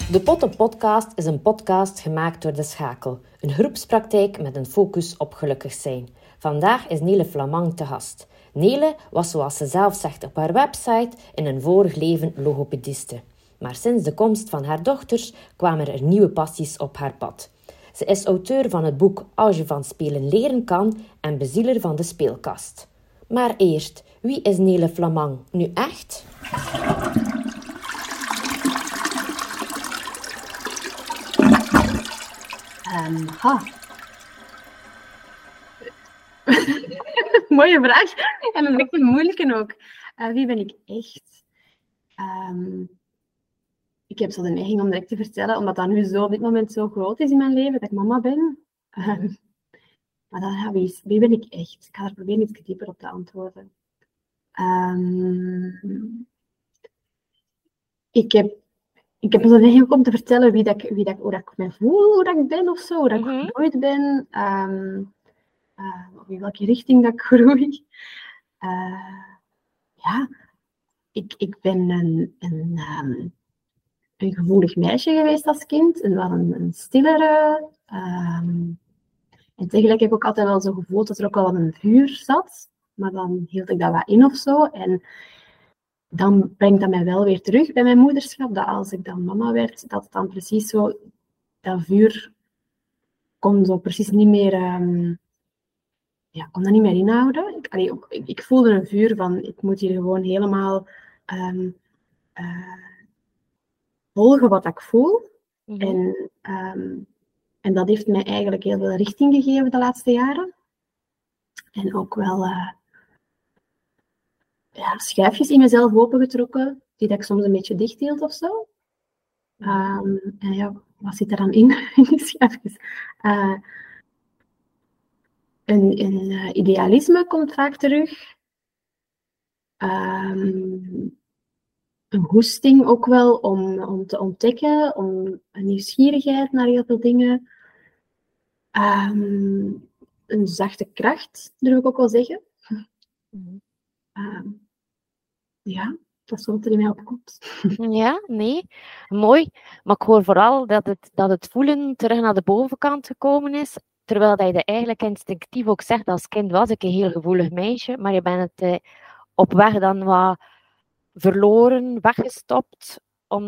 De Potten Podcast is een podcast gemaakt door De Schakel, een groepspraktijk met een focus op gelukkig zijn. Vandaag is Nele Flamang te gast. Nele was, zoals ze zelf zegt op haar website, in een vorig leven logopediste. Maar sinds de komst van haar dochters kwamen er nieuwe passies op haar pad. Ze is auteur van het boek Als je van spelen leren kan en bezieler van de speelkast. Maar eerst, wie is Nele Flamang nu echt? Mooie vraag. En een beetje moeilijke ook. Wie ben ik echt? Ik heb zo de neiging om direct te vertellen, omdat dat nu zo op dit moment zo groot is in mijn leven, dat ik mama ben. Maar dan, ja, wie ben ik echt? Ik ga er proberen iets dieper op te antwoorden. Ik heb zo de neiging om te vertellen hoe dat ik me voel, hoe dat ik ben of zo, hoe dat ik gegroeid ben. Of in welke richting dat ik groei. Ik ben een gevoelig meisje geweest als kind. En wel een stillere. En tegelijk heb ik ook altijd wel zo gevoeld dat er ook wel wat een vuur zat. Maar dan hield ik dat wat in of zo. En dan brengt dat mij wel weer terug bij mijn moederschap. Dat als ik dan mama werd, dat het dan precies zo... Dat vuur kon zo precies niet meer... kon dat niet meer inhouden. Ik voelde een vuur van, ik moet hier gewoon helemaal volgen wat ik voel. En dat heeft mij eigenlijk heel veel richting gegeven de laatste jaren. En ook wel schuifjes in mezelf opengetrokken, die dat ik soms een beetje dicht hield of zo. En ja, wat zit er dan in die schuifjes? Een idealisme komt vaak terug. Een goesting ook wel om te ontdekken, om een nieuwsgierigheid naar heel veel dingen. Een zachte kracht, durf ik ook wel zeggen. Dat is wat er in mij opkomt. Ja, nee, mooi. Maar ik hoor vooral dat het voelen terug naar de bovenkant gekomen is. Terwijl dat je dat eigenlijk instinctief ook zegt, als kind was ik een heel gevoelig meisje, maar je bent het op weg dan wat verloren, weggestopt.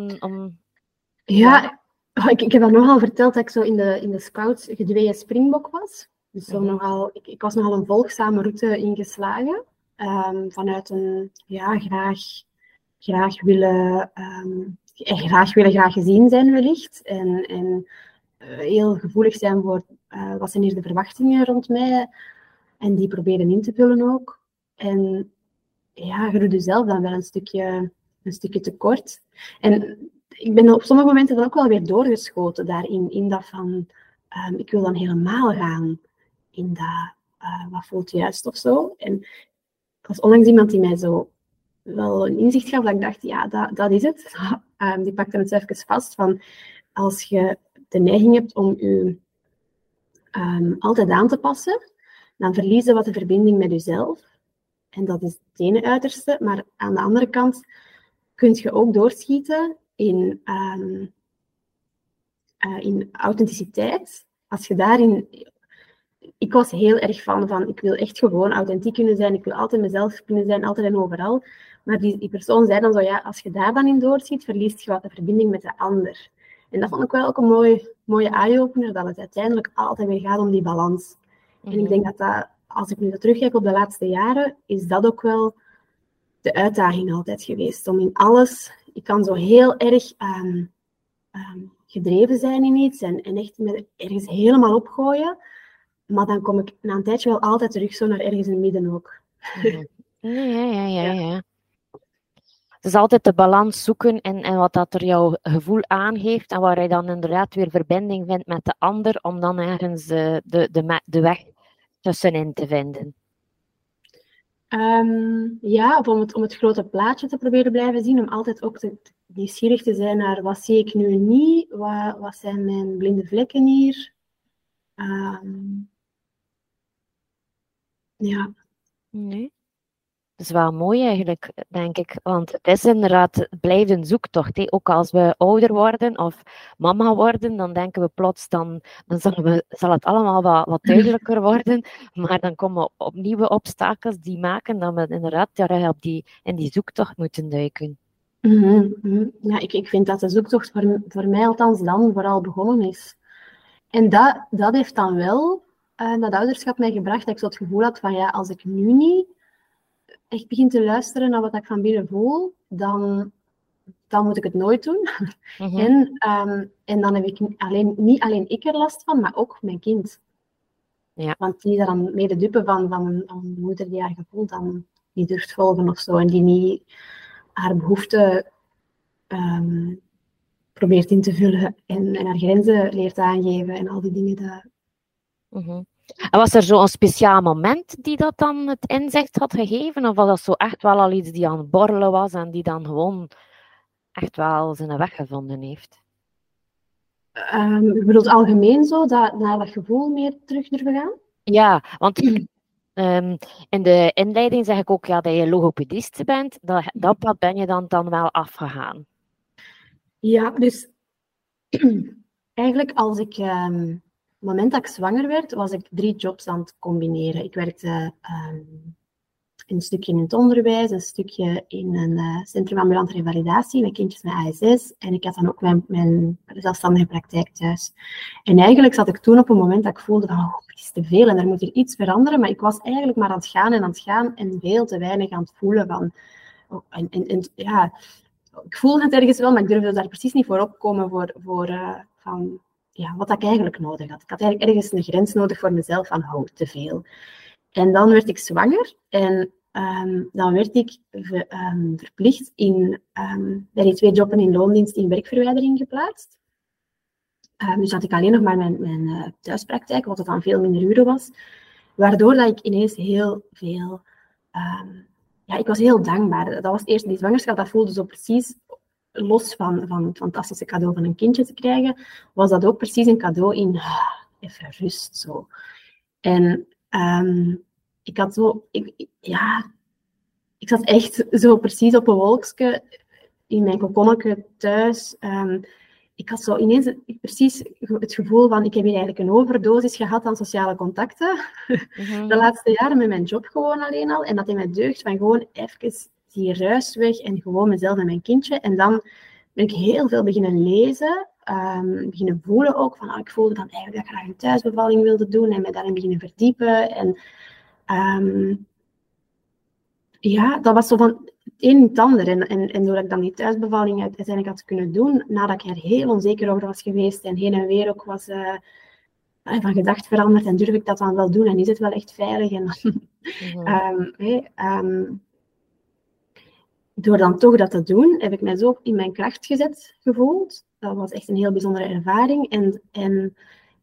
Ja, ik heb dat nogal verteld dat ik zo in de scouts gedweeën springbok was. Dus ik was nogal een volgzame route ingeslagen. Vanuit een graag willen gezien zijn wellicht. En heel gevoelig zijn voor wat zijn hier de verwachtingen rond mij. En die proberen in te vullen ook. En ja, je doet jezelf dan wel een stukje tekort. En ik ben op sommige momenten dan ook wel weer doorgeschoten daarin. In dat van, ik wil dan helemaal gaan in dat, wat voelt juist of zo. En er was onlangs iemand die mij zo wel een inzicht gaf, dat ik dacht, ja, dat is het. Die pakte het even vast van, als je de neiging hebt om je altijd aan te passen, dan verlies je wat de verbinding met jezelf. En dat is het ene uiterste. Maar aan de andere kant kun je ook doorschieten in authenticiteit. Als je daarin... Ik was heel erg van, ik wil echt gewoon authentiek kunnen zijn. Ik wil altijd mezelf kunnen zijn, altijd en overal. Maar die persoon zei dan zo, ja, als je daar dan in doorschiet, verliest je wat de verbinding met de ander. En dat vond ik wel ook een mooie eye-opener, dat het uiteindelijk altijd weer gaat om die balans. En ik denk dat, als ik nu terugkijk op de laatste jaren, is dat ook wel de uitdaging altijd geweest. Om in alles... Ik kan zo heel erg gedreven zijn in iets en echt me ergens helemaal opgooien. Maar dan kom ik na een tijdje wel altijd terug zo naar ergens in het midden ook. Ja. Dus altijd de balans zoeken en wat dat er jouw gevoel aangeeft en waar je dan inderdaad weer verbinding vindt met de ander, om dan ergens de weg tussenin te vinden. Of om het grote plaatje te proberen blijven zien, om altijd ook nieuwsgierig te zijn naar wat zie ik nu niet, wat zijn mijn blinde vlekken hier. Nee. Dat is wel mooi eigenlijk, denk ik. Want het is inderdaad, het blijft een zoektocht. Hè. Ook als we ouder worden of mama worden, dan denken we plots, dan zal het allemaal wat duidelijker worden. Maar dan komen we op nieuwe obstakels die maken dat we inderdaad in die zoektocht moeten duiken. Ja, ik vind dat de zoektocht voor mij althans dan vooral begonnen is. En dat heeft dan wel dat ouderschap mij gebracht dat ik zo het gevoel had van ja, als ik nu niet echt begin te luisteren naar wat ik van binnen voel, dan moet ik het nooit doen. En dan heb ik niet alleen ik er last van, maar ook mijn kind. Ja. Want die is dan mede dupe van een moeder die haar gevoel dan niet durft volgen of zo. En die niet haar behoeften probeert in te vullen en haar grenzen leert aangeven en al die dingen. En was er zo'n speciaal moment die dat dan het inzicht had gegeven? Of was dat zo echt wel al iets die aan het borrelen was en die dan gewoon echt wel zijn weg gevonden heeft? Je bedoelt algemeen zo, naar dat gevoel meer terug durven gaan? Ja, want in de inleiding zeg ik ook dat je logopedist bent. Dat pad ben je dan wel afgegaan. Ja, dus eigenlijk als ik... Op het moment dat ik zwanger werd, was ik 3 jobs aan het combineren. Ik werkte een stukje in het onderwijs, een stukje in een centrum ambulante revalidatie met kindjes met ASS. En ik had dan ook mijn zelfstandige praktijk thuis. En eigenlijk zat ik toen op een moment dat ik voelde van, het is te veel en er moet hier iets veranderen. Maar ik was eigenlijk maar aan het gaan en veel te weinig aan het voelen van... ja, ik voelde het ergens wel, maar ik durfde daar precies niet voor opkomen van... Ja, wat ik eigenlijk nodig had. Ik had eigenlijk ergens een grens nodig voor mezelf van, te veel. En dan werd ik zwanger en dan werd ik verplicht bij die 2 jobben in loondienst in werkverwijdering geplaatst. Dus had ik alleen nog maar mijn thuispraktijk, wat het dan veel minder uren was. Waardoor dat ik ineens heel veel... ik was heel dankbaar. Dat was eerst die zwangerschap, dat voelde zo precies... Los van het fantastische cadeau van een kindje te krijgen, was dat ook precies een cadeau in even rust. Zo. En ik had zo... Ik zat echt zo precies op een wolkje in mijn kokonnetje thuis. Ik had zo ineens precies het gevoel van, ik heb hier eigenlijk een overdosis gehad aan sociale contacten. De laatste jaren met mijn job gewoon alleen al. En dat in mij deugt van gewoon even... die ruis weg en gewoon mezelf en mijn kindje. En dan ben ik heel veel beginnen lezen, beginnen voelen ook. Ik voelde dan eigenlijk dat ik graag een thuisbevalling wilde doen en me daarin beginnen verdiepen. En dat was zo van het een in het ander. En doordat ik dan die thuisbevalling uiteindelijk had kunnen doen, nadat ik er heel onzeker over was geweest en heen en weer ook was van gedacht veranderd, en durf ik dat dan wel doen en is het wel echt veilig? En door dan toch dat te doen, heb ik mij zo in mijn kracht gezet gevoeld. Dat was echt een heel bijzondere ervaring. En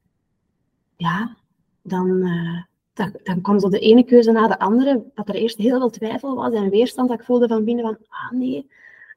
dan kwam zo de ene keuze na de andere, dat er eerst heel veel twijfel was en weerstand dat ik voelde van binnen van, nee.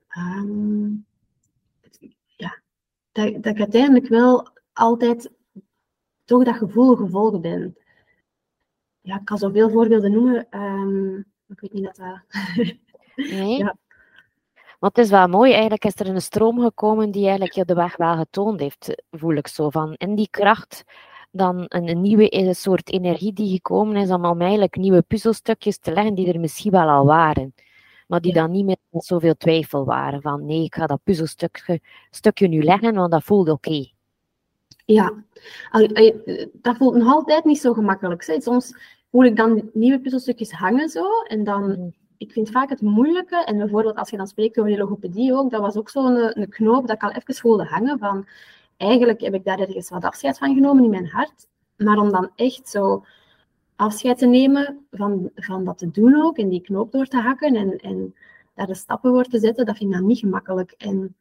Dat ik uiteindelijk wel altijd toch dat gevoel gevolgd ben. Ja, ik kan zoveel voorbeelden noemen. Ik weet niet dat dat... Nee? Ja. Want het is wel mooi, eigenlijk is er een stroom gekomen die eigenlijk je de weg wel getoond heeft, voel ik zo. Van in die kracht dan een nieuwe soort energie die gekomen is om eigenlijk nieuwe puzzelstukjes te leggen die er misschien wel al waren. Maar die dan niet meer met zoveel twijfel waren. Van nee, ik ga dat puzzelstukje nu leggen, want dat voelt oké. Ja, dat voelt nog altijd niet zo gemakkelijk. Hè. Soms voel ik dan nieuwe puzzelstukjes hangen zo en dan... Ik vind vaak het moeilijke, en bijvoorbeeld als je dan spreekt over die logopedie ook, dat was ook zo'n knoop dat ik al even voelde hangen van, eigenlijk heb ik daar ergens wat afscheid van genomen in mijn hart, maar om dan echt zo afscheid te nemen van dat te doen ook, en die knoop door te hakken en daar de stappen voor te zetten, dat vind ik dan niet gemakkelijk.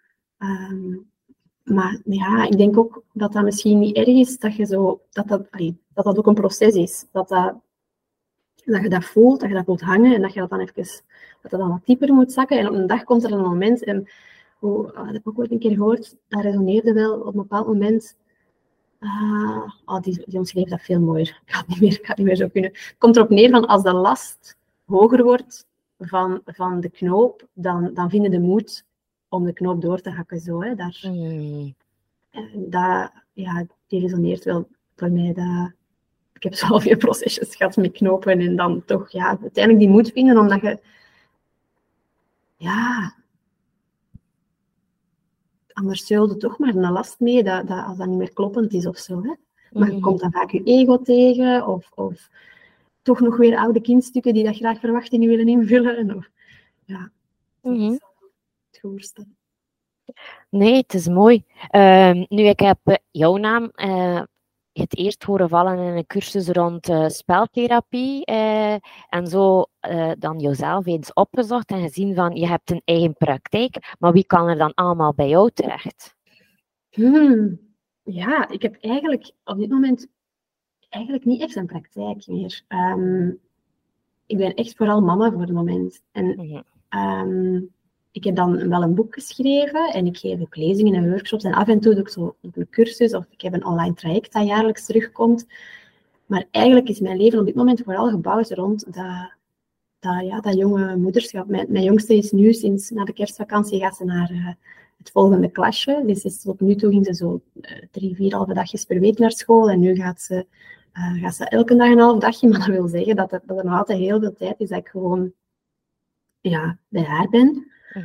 Maar ja, ik denk ook dat dat misschien niet erg is, dat ook een proces is, dat je dat voelt, dat je dat voelt hangen en dat je dat dan even, dat dan wat dieper moet zakken. En op een dag komt er een moment, en dat heb ik ook ooit een keer gehoord, dat resoneerde wel op een bepaald moment. Die omschreef dat veel mooier. Ik ga het niet meer zo kunnen. Het komt erop neer van als de last hoger wordt, van de knoop, dan vinden de moed om de knoop door te hakken. Zo, hè. Die resoneert wel voor mij. Ik heb zelf veel procesjes gehad met knopen en dan toch uiteindelijk die moed vinden, omdat je... Ja... Anders zul je toch maar een last mee dat als dat niet meer kloppend is of zo. Hè. Maar je komt dan vaak je ego tegen of toch nog weer oude kindstukken die dat graag verwachtingen willen invullen. Of, dat is het goorste. Nee, het is mooi. Nu, ik heb jouw naam het eerst horen vallen in een cursus rond speltherapie en zo dan jezelf eens opgezocht en gezien van je hebt een eigen praktijk, maar wie kan er dan allemaal bij jou terecht? Ja, ik heb eigenlijk op dit moment niet echt een praktijk meer. Ik ben echt vooral mama voor het moment. En ik heb dan wel een boek geschreven en ik geef ook lezingen en workshops en af en toe doe ik zo een cursus of ik heb een online traject dat jaarlijks terugkomt. Maar eigenlijk is mijn leven op dit moment vooral gebouwd rond dat jonge moederschap. Mijn jongste is nu, sinds na de kerstvakantie, gaat ze naar het volgende klasje. Dus tot nu toe ging ze zo 3-4 dagjes per week naar school en nu gaat ze elke dag een half dagje. Maar dat wil zeggen dat er nog altijd heel veel tijd is dat ik gewoon bij haar ben.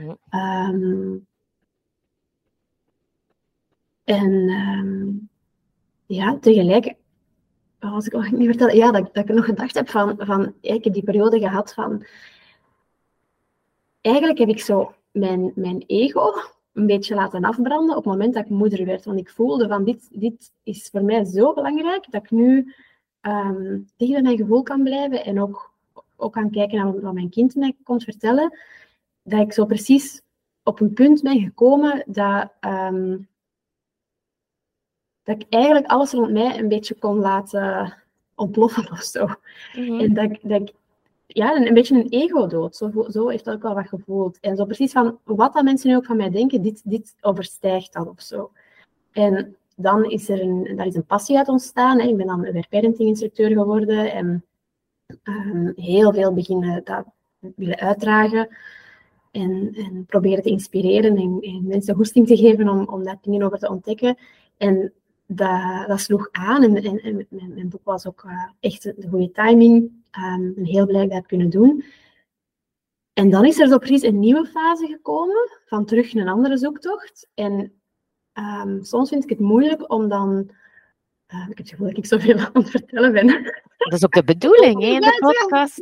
Tegelijk, als ik niet vertellen, dat ik nog gedacht heb van ik heb die periode gehad van, eigenlijk heb ik zo mijn ego een beetje laten afbranden op het moment dat ik moeder werd. Want ik voelde van, dit is voor mij zo belangrijk, dat ik nu dicht bij mijn gevoel kan blijven en ook kan kijken naar wat mijn kind mij komt vertellen. Dat ik zo precies op een punt ben gekomen dat ik eigenlijk alles rond mij een beetje kon laten ontploffen of zo. En dat ik een beetje een ego-dood. Zo heeft dat ook wel wat gevoeld. En zo precies van, wat dat mensen nu ook van mij denken, dit overstijgt dat of zo. En dan is daar is een passie uit ontstaan. Hè. Ik ben dan parenting-instructeur geworden en heel veel beginnen dat willen uitdragen. En proberen te inspireren en mensen goesting te geven om daar dingen over te ontdekken. En dat sloeg aan. En mijn boek was ook echt de goede timing. En heel blij dat ik dat heb kunnen doen. En dan is er zo precies een nieuwe fase gekomen. Van terug een andere zoektocht. En soms vind ik het moeilijk om dan... ik heb het gevoel dat ik zoveel aan het vertellen ben. Dat is ook de bedoeling, hè, in de podcast.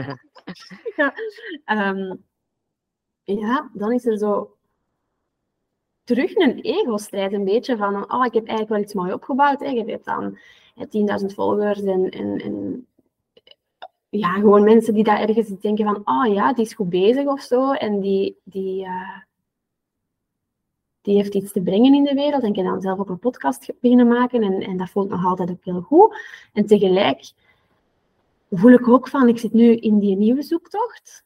Dan is er zo terug een ego-strijd een beetje van, ik heb eigenlijk wel iets mooi opgebouwd. Hè. Je hebt dan 10.000 volgers en gewoon mensen die daar ergens denken van, die is goed bezig of zo en die heeft iets te brengen in de wereld en kan dan zelf ook een podcast beginnen maken en dat voelt nog altijd ook heel goed. En tegelijk voel ik ook van, ik zit nu in die nieuwe zoektocht.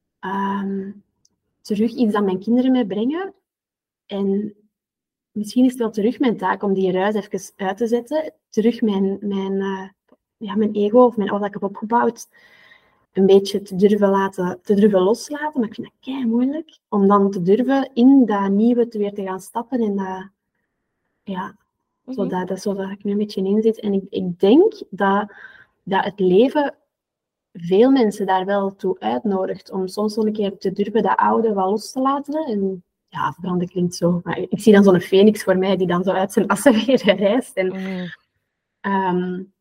Terug iets dat mijn kinderen mij brengen. En misschien is het wel terug mijn taak om die ruis even uit te zetten. Terug mijn ego of wat ik heb opgebouwd een beetje te durven loslaten. Maar ik vind dat kei moeilijk. Om dan te durven in dat nieuwe weer te gaan stappen. En zodat ik nu een beetje in zit. En ik denk dat het leven veel mensen daar wel toe uitnodigt. Om soms nog een keer te durven dat oude wat los te laten. En verbranden klinkt zo. Maar ik zie dan zo'n Phoenix voor mij die dan zo uit zijn assen weer reist. En,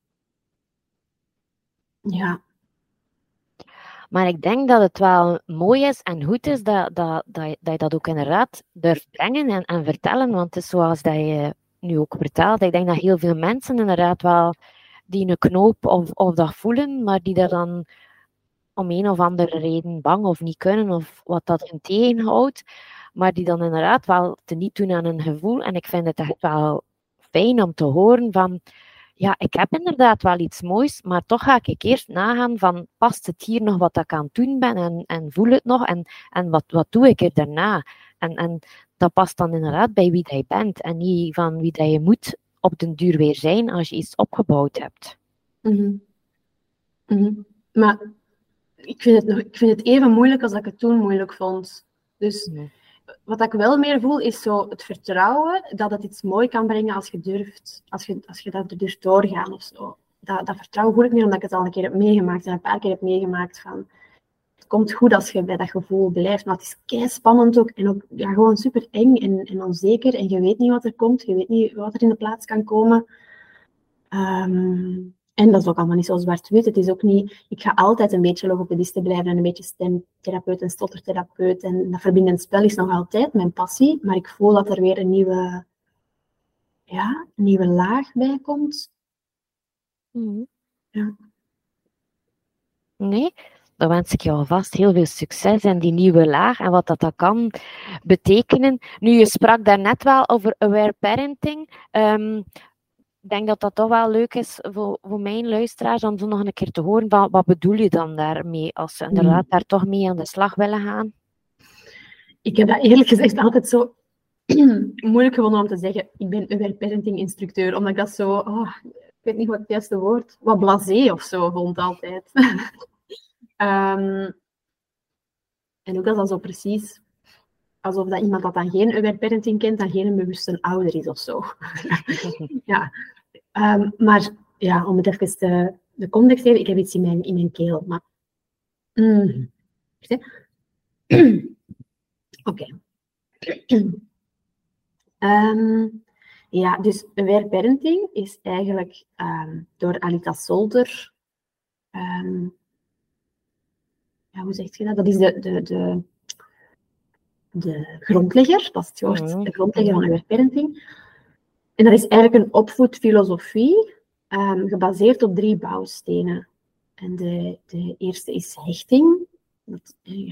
Maar ik denk dat het wel mooi is en goed is dat je dat ook inderdaad durft brengen en vertellen. Want het is zoals dat je nu ook vertelt. Ik denk dat heel veel mensen inderdaad wel die een knoop of dat voelen, maar die daar dan om een of andere reden bang of niet kunnen of wat dat hen tegenhoudt. Maar die dan inderdaad wel teniet doen aan hun gevoel. En ik vind het echt wel fijn om te horen van... Ja, ik heb inderdaad wel iets moois, maar toch ga ik eerst nagaan van... Past het hier nog wat ik aan het doen ben en voel het nog? En wat doe ik er daarna? En dat past dan inderdaad bij wie je bent. En niet van wie dat je moet op den duur weer zijn als je iets opgebouwd hebt. Maar ik vind het even moeilijk als dat ik het toen moeilijk vond. Dus wat ik wel meer voel, is zo het vertrouwen dat het iets mooi kan brengen als je durft. Als je dat er durft doorgaan of zo. Dat vertrouwen voel ik meer omdat ik het al een keer heb meegemaakt. En een paar keer heb meegemaakt van... Het komt goed als je bij dat gevoel blijft. Maar het is kei spannend ook. En ook gewoon super eng en onzeker. En je weet niet wat er komt. Je weet niet wat er in de plaats kan komen. En dat is ook allemaal niet zo zwart-wit. Het is ook niet... Ik ga altijd een beetje logopediste blijven en een beetje stemtherapeut en stottertherapeut. En dat verbindend spel is nog altijd mijn passie. Maar ik voel dat er weer een nieuwe laag bij komt. Ja. Nee, dan wens ik je alvast heel veel succes in die nieuwe laag en wat dat kan betekenen. Nu, je sprak daarnet wel over aware parenting. Ik denk dat dat toch wel leuk is voor mijn luisteraars om zo nog een keer te horen van wat bedoel je dan daarmee als ze inderdaad daar toch mee aan de slag willen gaan. Ik heb dat eerlijk gezegd altijd zo moeilijk gevonden om te zeggen ik ben aware parenting instructeur, omdat ik dat zo, ik weet niet wat het juiste woord, wat blasé of zo vond altijd. En ook als dat zo precies, alsof dat iemand dat dan geen aware parenting kent, dan geen bewuste ouder is of zo. Ja. Maar ja, om het even de context te geven, ik heb iets in mijn keel. Maar... Oké. Ja, dus aware parenting is eigenlijk door Alita Solter... hoe zeg je dat? Dat is de grondlegger, dat is het woord, de grondlegger van aware parenting. En dat is eigenlijk een opvoedfilosofie gebaseerd op 3 bouwstenen. En de eerste is hechting. Dat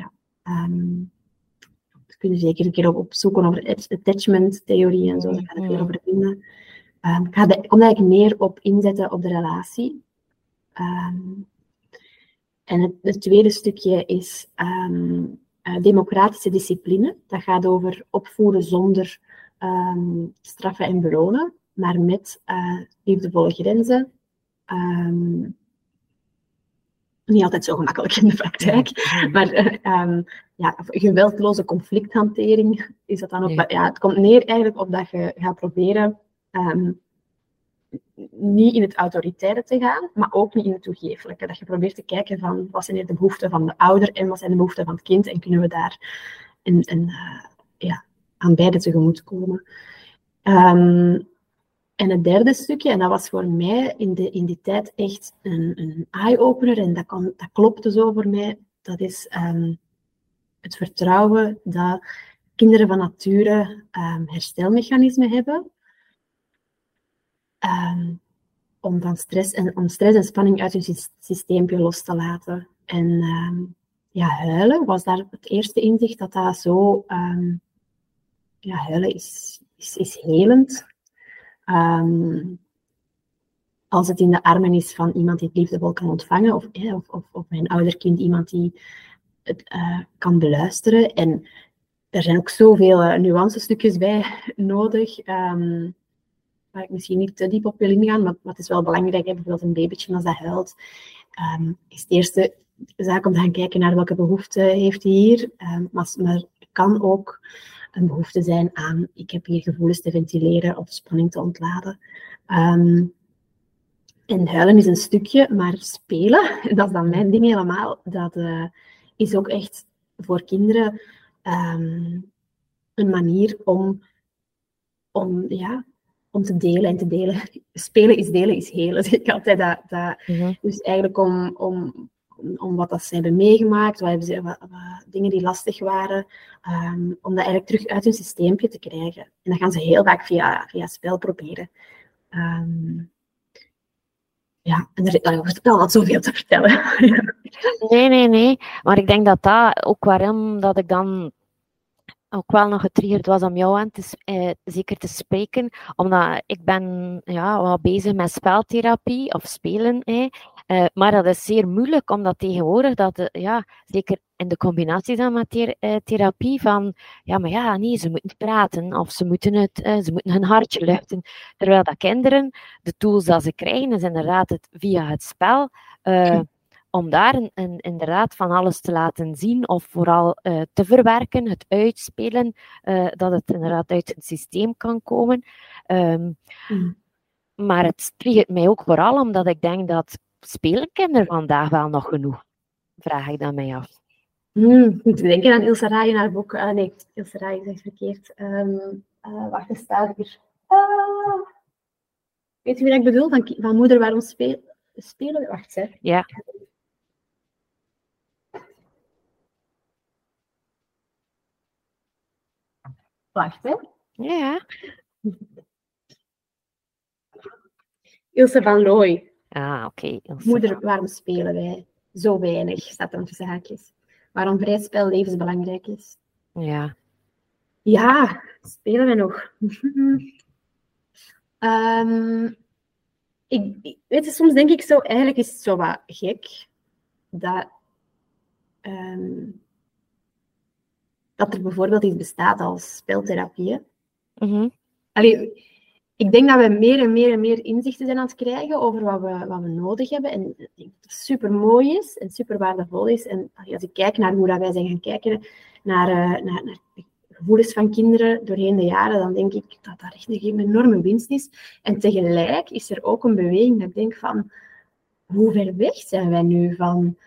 kun je zeker een keer opzoeken over attachment-theorie en zo. Daar ga ik veel over vinden. Het komt eigenlijk neer op inzetten op de relatie. En het tweede stukje is democratische discipline. Dat gaat over opvoeden zonder straffen en belonen, maar met liefdevolle grenzen. Niet altijd zo gemakkelijk in de praktijk, maar geweldloze conflicthantering is dat dan ook. Ja, het komt neer eigenlijk op dat je gaat proberen niet in het autoritaire te gaan, maar ook niet in het toegeeflijke. Dat je probeert te kijken van wat zijn de behoeften van de ouder en wat zijn de behoeften van het kind en kunnen we daar aan beide tegemoet komen. En het derde stukje, en dat was voor mij in die tijd echt een eye-opener en dat klopte zo voor mij, dat is het vertrouwen dat kinderen van nature herstelmechanismen hebben om stress en spanning uit hun systeempje los te laten. En huilen was daar het eerste inzicht dat zo... huilen is helend. Als het in de armen is van iemand die het liefdevol kan ontvangen, of mijn ouderkind, iemand die het kan beluisteren. En er zijn ook zoveel nuancestukjes bij nodig, waar ik misschien niet te diep op wil ingaan, maar het is wel belangrijk, bijvoorbeeld een babytje als dat huilt, is de eerste zaak om te gaan kijken naar welke behoefte heeft hij hier, maar het kan ook een behoefte zijn aan, ik heb hier gevoelens te ventileren of spanning te ontladen. En huilen is een stukje, maar spelen, dat is dan mijn ding helemaal, dat is ook echt voor kinderen een manier om te delen en te delen. Spelen is delen is helen, zeg ik altijd. Dus eigenlijk om wat dat ze hebben meegemaakt, wat dingen die lastig waren, om dat eigenlijk terug uit hun systeempje te krijgen. En dat gaan ze heel vaak via spel proberen. En er wordt wel wat zoveel te vertellen. Nee. Maar ik denk dat ook waarom dat ik dan ook wel nog getriggerd was om jou zeker te spreken, omdat ik ben wel bezig met speltherapie of spelen. Maar dat is zeer moeilijk, omdat tegenwoordig zeker in de combinatie dan met therapie van, ze moeten praten of ze moeten hun hartje luchten. Terwijl dat kinderen, de tools dat ze krijgen, is inderdaad via het spel, om daar inderdaad van alles te laten zien of vooral te verwerken, het uitspelen, dat het inderdaad uit het systeem kan komen. Maar het triggert mij ook vooral omdat ik denk dat spelen kinderen vandaag wel nog genoeg? Vraag ik dan mij af. Ik moet denken aan Ilse Rai in haar boek. Nee, Ilse Rai is echt verkeerd. Wacht, er staat hier. Weet je wat ik bedoel? Van Moeder, waarom spelen? Wacht, hè. Ja. Wacht, hè. Ja. Ilse van Looy. Oké. Moeder, waarom spelen wij zo weinig? Staat er tussen haakjes. Waarom vrij spel levensbelangrijk is. Ja. Ja, spelen wij nog. Weet je, soms denk ik zo, eigenlijk is het zo wat gek dat er bijvoorbeeld iets bestaat als speltherapie. Allee, ik denk dat we meer en meer inzichten zijn aan het krijgen over wat we nodig hebben. En ik denk dat het super mooi is en super waardevol is. En als ik kijk naar hoe dat wij zijn gaan kijken naar de gevoelens van kinderen doorheen de jaren, dan denk ik dat dat echt een enorme winst is. En tegelijk is er ook een beweging dat ik denk van, hoe ver weg zijn wij nu van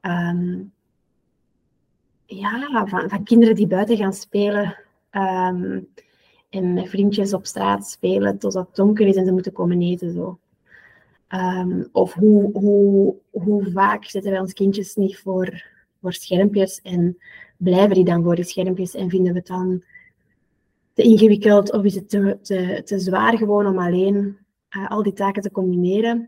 kinderen die buiten gaan spelen en met vriendjes op straat spelen totdat het donker is en ze moeten komen eten. Zo. Of hoe vaak zetten wij ons kindjes niet voor schermpjes en blijven die dan voor die schermpjes en vinden we het dan te ingewikkeld of is het te zwaar gewoon om alleen al die taken te combineren.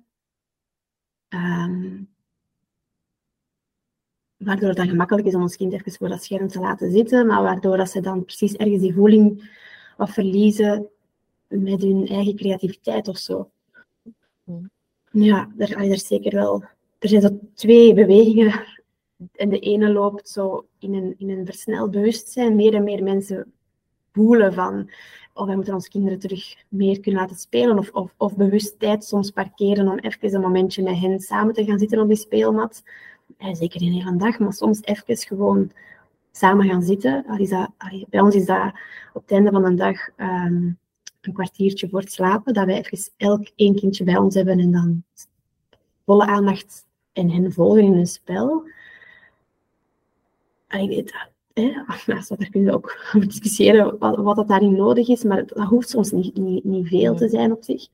Waardoor het dan gemakkelijk is om ons kind even voor dat scherm te laten zitten, maar waardoor dat ze dan precies ergens die voeling wat verliezen met hun eigen creativiteit of zo. Ja, er is zeker wel. Er zijn zo twee bewegingen en de ene loopt zo in een versneld bewustzijn. Meer en meer mensen voelen van wij moeten onze kinderen terug meer kunnen laten spelen of bewust tijd soms parkeren om even een momentje met hen samen te gaan zitten op die speelmat. Zeker in een hele dag, maar soms even gewoon samen gaan zitten. Bij ons is dat op het einde van de dag een kwartiertje voor het slapen, dat wij even elk één kindje bij ons hebben en dan volle aandacht en hen volgen in een spel. Ik weet dat. Daar kunnen we ook over discussiëren wat dat daarin nodig is, maar dat hoeft soms niet veel te zijn op zich.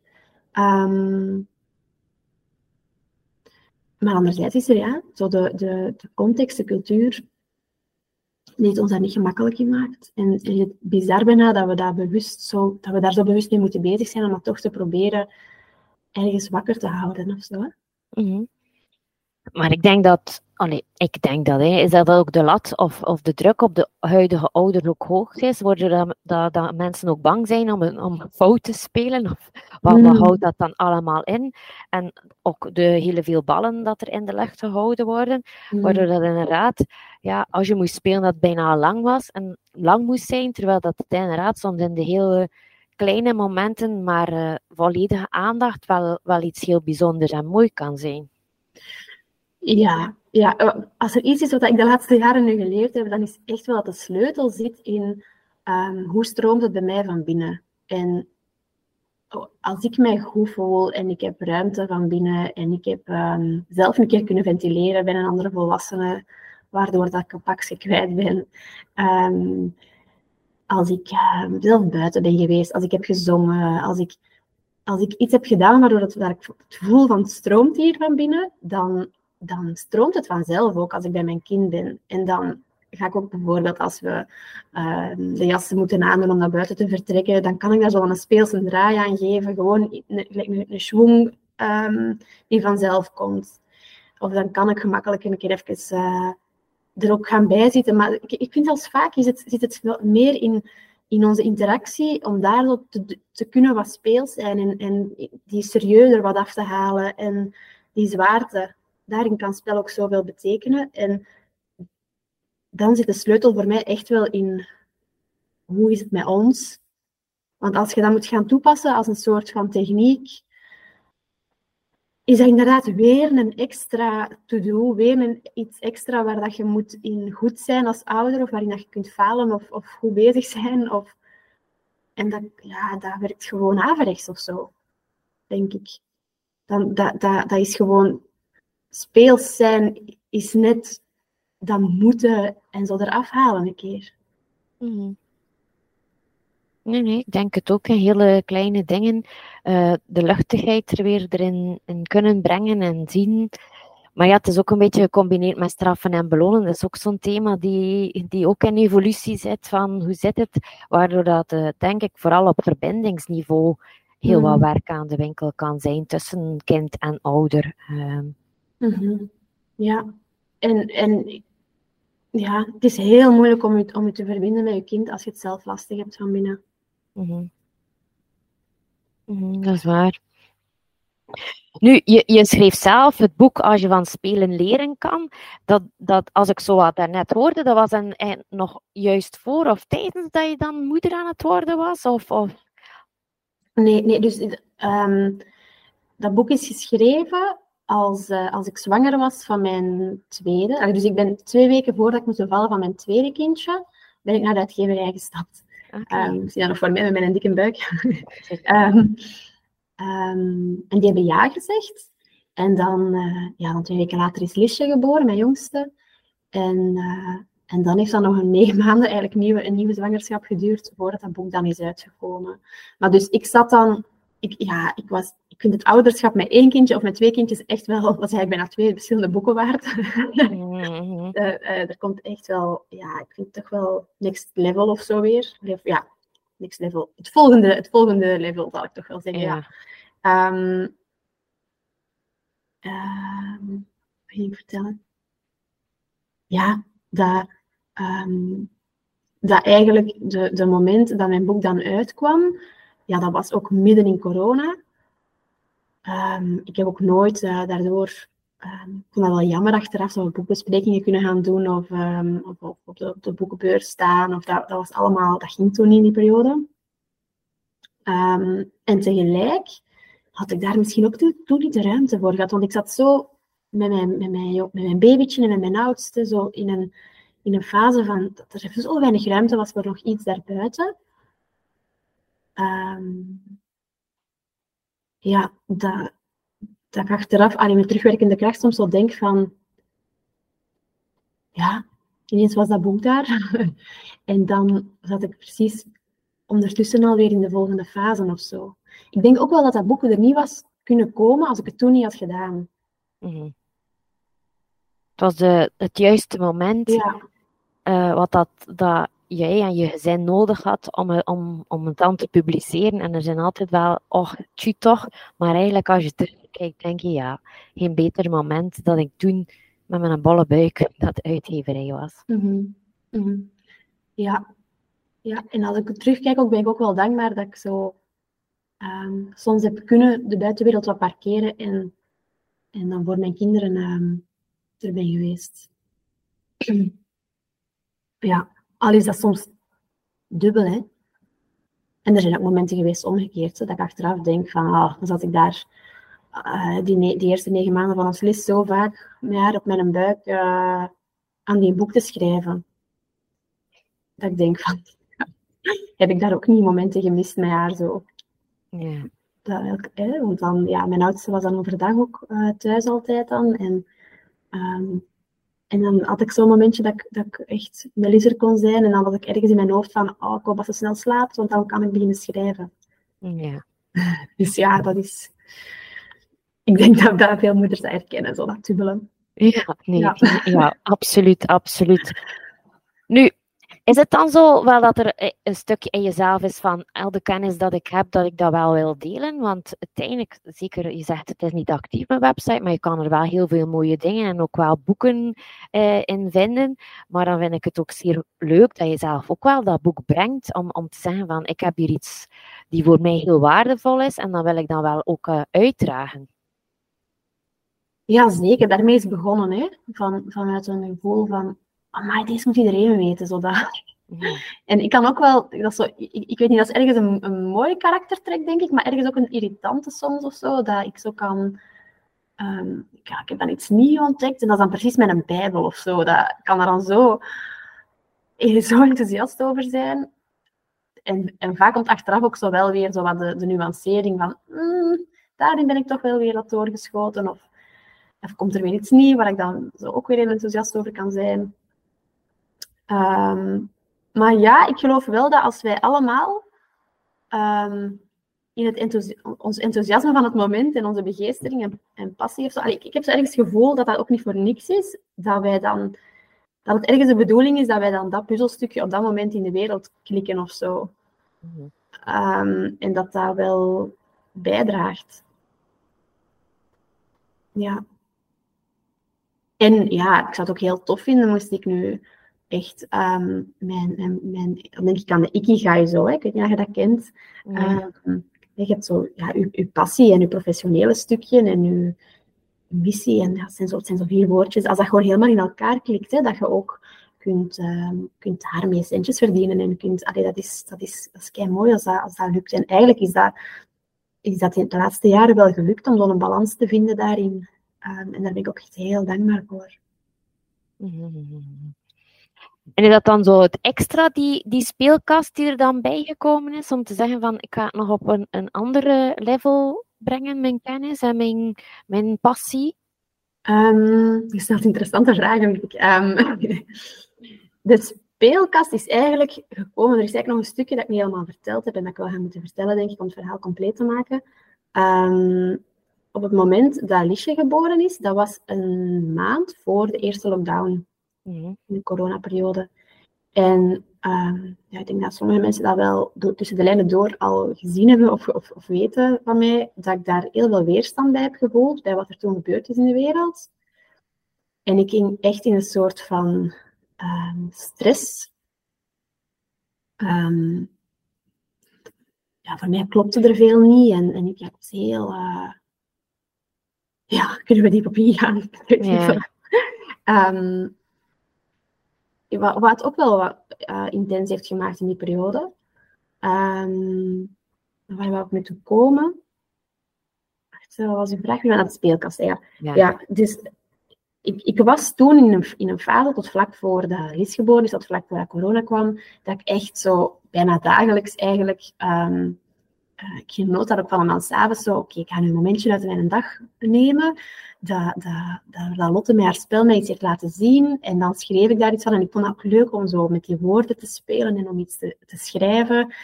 Maar anderzijds is er zo de context, de cultuur, die het ons daar niet gemakkelijk in maakt. En het bizar bijna dat we daar zo bewust mee moeten bezig zijn om dat toch te proberen ergens wakker te houden of zo. Maar ik denk dat, is dat ook de lat of de druk op de huidige ouders ook hoog is, waardoor dat mensen ook bang zijn om fout te spelen, of wat houdt dat dan allemaal in? En ook de hele veel ballen dat er in de lucht gehouden worden, waardoor dat inderdaad, als je moest spelen dat het bijna lang moest zijn, terwijl dat het inderdaad soms in de hele kleine momenten, maar volledige aandacht wel iets heel bijzonders en mooi kan zijn. Ja, als er iets is wat ik de laatste jaren nu geleerd heb, dan is echt wel dat de sleutel zit in hoe stroomt het bij mij van binnen. En als ik mij goed voel en ik heb ruimte van binnen en ik heb zelf een keer kunnen ventileren bij een andere volwassene, waardoor dat ik een pakje kwijt ben. Als ik zelf buiten ben geweest, als ik heb gezongen, als ik iets heb gedaan waardoor ik het voel van het stroomt hier van binnen, dan stroomt het vanzelf ook als ik bij mijn kind ben. En dan ga ik ook bijvoorbeeld, als we de jassen moeten aandoen om naar buiten te vertrekken, dan kan ik daar zo een speelse draai aan geven. Gewoon een schwung die vanzelf komt. Of dan kan ik gemakkelijk een keer even er ook gaan bijzitten. Maar ik vind zelfs vaak zit het meer in onze interactie om daar zo te kunnen wat speels zijn en die serieuzer wat af te halen en die zwaarte. Daarin kan spel ook zoveel betekenen. En dan zit de sleutel voor mij echt wel in hoe is het met ons. Want als je dat moet gaan toepassen als een soort van techniek, is dat inderdaad weer een extra to-do, weer iets extra waar dat je moet in goed zijn als ouder, of waarin dat je kunt falen of goed bezig zijn. En dat werkt gewoon averechts of zo, denk ik. Dat is gewoon... Speels zijn is net dat moeten en zo eraf halen een keer. Nee, ik denk het ook. Hele kleine dingen. De luchtigheid er weer erin in kunnen brengen en zien. Maar ja, het is ook een beetje gecombineerd met straffen en belonen. Dat is ook zo'n thema die ook in evolutie zit, van hoe zit het? Waardoor dat, denk ik, vooral op verbindingsniveau heel wat werk aan de winkel kan zijn tussen kind en ouder. Ja, en ja, het is heel moeilijk om je te verbinden met je kind als je het zelf lastig hebt van binnen. Dat is waar. Nu, je schreef zelf het boek Als je van spelen leren kan. Dat als ik zo wat daarnet hoorde, dat was nog juist voor of tijdens dat je dan moeder aan het worden was? Of? Nee, dus dat boek is geschreven als ik zwanger was van mijn tweede. Dus ik ben 2 weken voordat ik moest bevallen van mijn tweede kindje, ben ik naar de uitgeverij gestapt. Misschien dan nog voor mij met mijn dikke buik. En die hebben ja gezegd. En dan 2 weken later is Liesje geboren, mijn jongste. En dan heeft dat nog 9 maanden eigenlijk een nieuwe zwangerschap geduurd voordat dat boek dan is uitgekomen. Maar dus ik zat dan... Ik vind het ouderschap met 1 kindje of met 2 kindjes echt wel... Dat is eigenlijk bijna 2 verschillende boeken waard. Er komt echt wel... Ja, ik vind het toch wel next level of zo weer. Ja, next level. Het volgende level, zal ik toch wel zeggen. Ja. Wat ging ik vertellen? Ja, dat eigenlijk de moment dat mijn boek dan uitkwam, ja, dat was ook midden in corona. Ik heb ook nooit daardoor... ik vond dat wel jammer achteraf, zou ik boekbesprekingen kunnen gaan doen of op de boekenbeurs staan. Dat was allemaal... Dat ging toen in die periode. En tegelijk had ik daar misschien ook toen niet de ruimte voor gehad. Want ik zat zo met mijn babytje en met mijn oudste zo in een fase van dat er zo weinig ruimte was voor nog iets daarbuiten. Ja, dat ik achteraf, met terugwerkende kracht soms zo denk van... Ja, ineens was dat boek daar. En dan zat ik precies ondertussen alweer in de volgende fase of zo. Ik denk ook wel dat boek er niet was kunnen komen als ik het toen niet had gedaan. Het was het juiste moment, wat dat jij en je gezin nodig had om het dan te publiceren. En er zijn altijd wel, tjie toch. Maar eigenlijk als je terugkijkt, denk je, ja, geen beter moment dat ik toen met mijn bolle buik dat uitgeverij was. Ja, en als ik terugkijk, ben ik ook wel dankbaar dat ik zo soms heb kunnen de buitenwereld wat parkeren en dan voor mijn kinderen er ben geweest. Ja, al is dat soms dubbel, hè. En er zijn ook momenten geweest omgekeerd, dat ik achteraf denk van, dan zat ik daar die eerste 9 maanden van ons les zo vaak met haar op mijn buik aan die boek te schrijven. Dat ik denk van, heb ik daar ook niet momenten gemist met haar zo. Ja. Want dan, mijn oudste was dan overdag ook thuis altijd dan. En dan had ik zo'n momentje dat ik echt met Lies kon zijn. En dan was ik ergens in mijn hoofd van, ik hoop dat ze snel slaapt, want dan kan ik beginnen schrijven. Ja. Dus ja, dat is... Ik denk dat veel moeders dat herkennen, zo dat dubbelen. Ja, absoluut. Nu, is het dan zo wel dat er een stukje in jezelf is van al de kennis dat ik heb, dat ik dat wel wil delen? Want uiteindelijk, zeker, je zegt het is niet actief mijn website, maar je kan er wel heel veel mooie dingen en ook wel boeken in vinden. Maar dan vind ik het ook zeer leuk dat je zelf ook wel dat boek brengt om te zeggen van ik heb hier iets die voor mij heel waardevol is en dan wil ik dan wel ook uitdragen. Ja, zeker. Daarmee is het begonnen, hè. Vanuit een gevoel van amai, deze moet iedereen weten, zodat. En ik kan ook wel, dat is zo, ik weet niet, dat is ergens een mooie karaktertrek, denk ik, maar ergens ook een irritante soms of zo, dat ik zo kan Ik heb dan iets nieuws ontdekt en dat is dan precies met een bijbel of zo. Dat kan er dan zo enthousiast over zijn. En vaak komt achteraf ook zo wel weer zo wat de nuancering van daarin ben ik toch wel weer wat doorgeschoten. Of komt er weer iets nieuws waar ik dan zo ook weer enthousiast over kan zijn. Maar ja, ik geloof wel dat als wij allemaal in ons enthousiasme van het moment en onze begeestering en passie of zo. Ik heb zo ergens het gevoel dat dat ook niet voor niks is. Dat het ergens de bedoeling is dat wij dan dat puzzelstukje op dat moment in de wereld klikken of zo. En dat wel bijdraagt. Ja. En ja, ik zou het ook heel tof vinden, moest ik nu echt dan denk ik aan de Ikigai zo. Hè. Ik weet niet of je dat kent. Je hebt zo je passie en je professionele stukje en je missie. En het zijn zo 4 woordjes. Als dat gewoon helemaal in elkaar klikt, hè, dat je ook kunt daarmee centjes verdienen. En dat is kei mooi als dat lukt. En eigenlijk is dat in de laatste jaren wel gelukt om zo'n balans te vinden daarin. En daar ben ik ook echt heel dankbaar voor. En is dat dan zo het extra, die speelkast die er dan bijgekomen is, om te zeggen van, ik ga het nog op een andere level brengen, mijn kennis en mijn passie? Je stelt interessante vragen. De speelkast is eigenlijk gekomen, er is eigenlijk nog een stukje dat ik niet helemaal verteld heb en dat ik wel ga moeten vertellen, denk ik, om het verhaal compleet te maken. Op het moment dat Liesje geboren is, dat was een maand voor de eerste lockdown. In de coronaperiode. En ik denk dat sommige mensen dat wel tussen de lijnen door al gezien hebben of weten van mij, dat ik daar heel veel weerstand bij heb gevoeld, bij wat er toen gebeurd is in de wereld. En ik ging echt in een soort van stress. Voor mij klopte er veel niet en ik was heel... kunnen we diep op ingaan? Wat ook wel wat intens heeft gemaakt in die periode. Waar we op moeten komen. Wat was uw vraag? Aan het speelkast. Ja, dus ik was toen in een fase tot vlak voor dat Lies geboren is, tot vlak voor dat corona kwam, dat ik echt zo bijna dagelijks eigenlijk ik genoot dat ook allemaal s'avonds zo, ik ga nu een momentje uit mijn dag nemen, dat Lotte mij haar spel mij iets heeft laten zien, en dan schreef ik daar iets van, en ik vond het ook leuk om zo met die woorden te spelen en om iets te schrijven.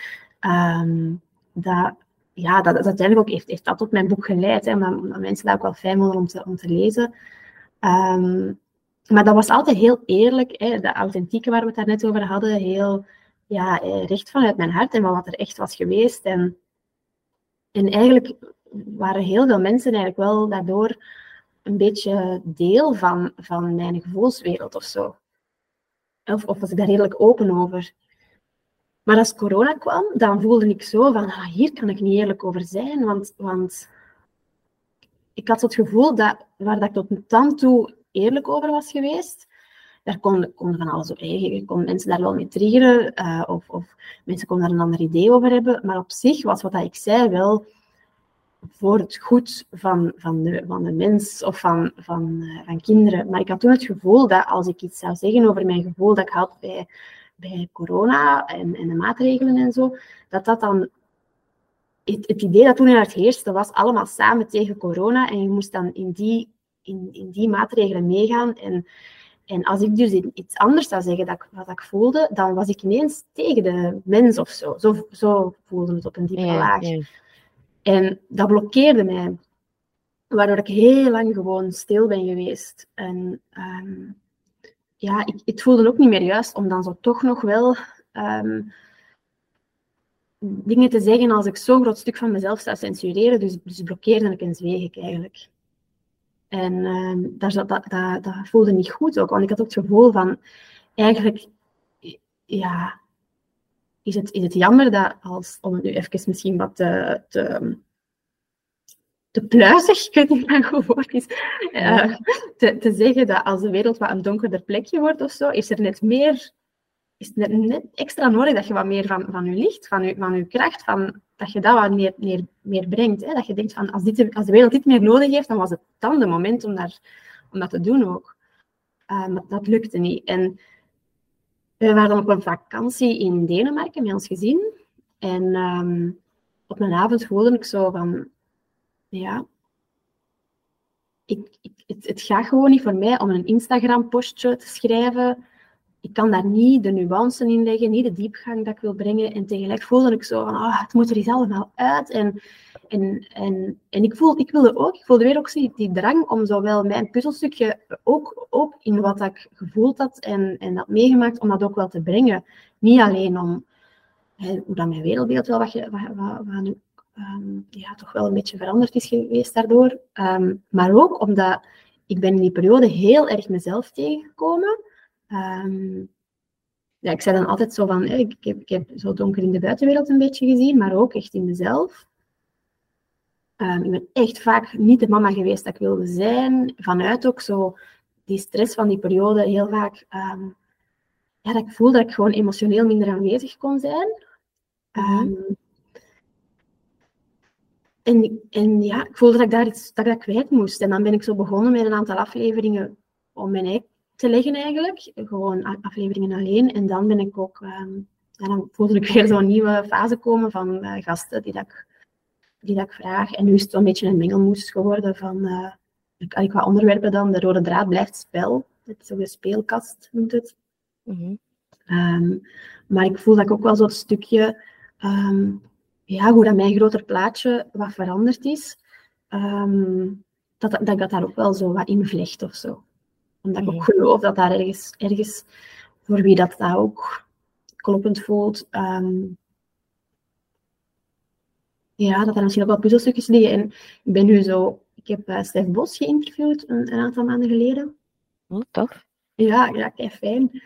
Dat uiteindelijk ook heeft dat tot mijn boek geleid, hè, omdat mensen dat ook wel fijn vonden om te lezen. Maar dat was altijd heel eerlijk, hè, dat authentieke waar we het daar net over hadden, heel recht vanuit mijn hart en van wat er echt was geweest. En eigenlijk waren heel veel mensen eigenlijk wel daardoor een beetje deel van mijn gevoelswereld of zo. Of was ik daar redelijk open over. Maar als corona kwam, dan voelde ik zo van, hier kan ik niet eerlijk over zijn, want ik had zo het gevoel dat waar dat ik tot dan toe eerlijk over was geweest, daar kon van alles op eigen. Je kon mensen daar wel mee triggeren, of mensen konden daar een ander idee over hebben. Maar op zich was wat ik zei wel voor het goed van de mens of van kinderen. Maar ik had toen het gevoel dat als ik iets zou zeggen over mijn gevoel dat ik had bij corona en de maatregelen en zo, dat dan... Het idee dat toen in het heerste was allemaal samen tegen corona en je moest dan in die maatregelen meegaan. En als ik dus iets anders zou zeggen wat ik voelde, dan was ik ineens tegen de mens of zo. Zo voelde het op een diepe laag. Ja. En dat blokkeerde mij, waardoor ik heel lang gewoon stil ben geweest. En het voelde ook niet meer juist om dan zo toch nog wel dingen te zeggen als ik zo'n groot stuk van mezelf zou censureren. Dus blokkeerde ik en zweeg ik eigenlijk. En dat voelde niet goed ook, want ik had ook het gevoel van, eigenlijk, is het jammer dat om het nu even misschien wat te pluizig, ik weet niet wat een goed woord is, te zeggen dat als de wereld wat een donkerder plekje wordt of zo, is het net extra nodig dat je wat meer van je licht, van je kracht, je dat wat meer brengt. Hè? Dat je denkt van, als de wereld dit meer nodig heeft, dan was het dan de moment om dat te doen ook. Maar dat lukte niet. En we waren dan op een vakantie in Denemarken met ons gezin. En op een avond voelde ik zo van, ja, het gaat gewoon niet voor mij om een Instagram-postje te schrijven. Ik kan daar niet de nuance in leggen, niet de diepgang dat ik wil brengen. En tegelijk voelde ik zo van, het moet er eens allemaal uit. En ik voelde weer ook die drang om zowel mijn puzzelstukje ook in wat ik gevoeld had en dat meegemaakt, om dat ook wel te brengen. Niet alleen om hoe dat mijn wereldbeeld wel toch wel een beetje veranderd is geweest daardoor. Maar ook omdat ik ben in die periode heel erg mezelf tegengekomen. Ik zei dan altijd zo van, ik heb zo donker in de buitenwereld een beetje gezien, maar ook echt in mezelf. Ik ben echt vaak niet de mama geweest dat ik wilde zijn. Vanuit ook zo die stress van die periode heel vaak, dat ik voelde dat ik gewoon emotioneel minder aanwezig kon zijn. Ik voelde dat ik dat kwijt moest. En dan ben ik zo begonnen met een aantal afleveringen om mijn ei te leggen eigenlijk. Gewoon afleveringen alleen. En dan ben ik ook... dan voelde ik weer zo'n nieuwe fase komen van gasten die dat ik vraag. En nu is het wel een beetje een mengelmoes geworden van... qua onderwerpen dan. De rode draad blijft spel. Het is zo de speelkast, noemt het. Maar ik voel dat ik ook wel zo'n stukje... hoe dat mijn groter plaatje wat veranderd is, dat ik dat daar ook wel zo wat in vlecht of zo. Omdat ik ook geloof dat daar ergens voor wie dat ook kloppend voelt, dat er misschien ook wel puzzelstukjes liggen. En ik ben nu zo... Ik heb Stef Bos geïnterviewd een aantal maanden geleden. Oh, tof. Ja, kei fijn.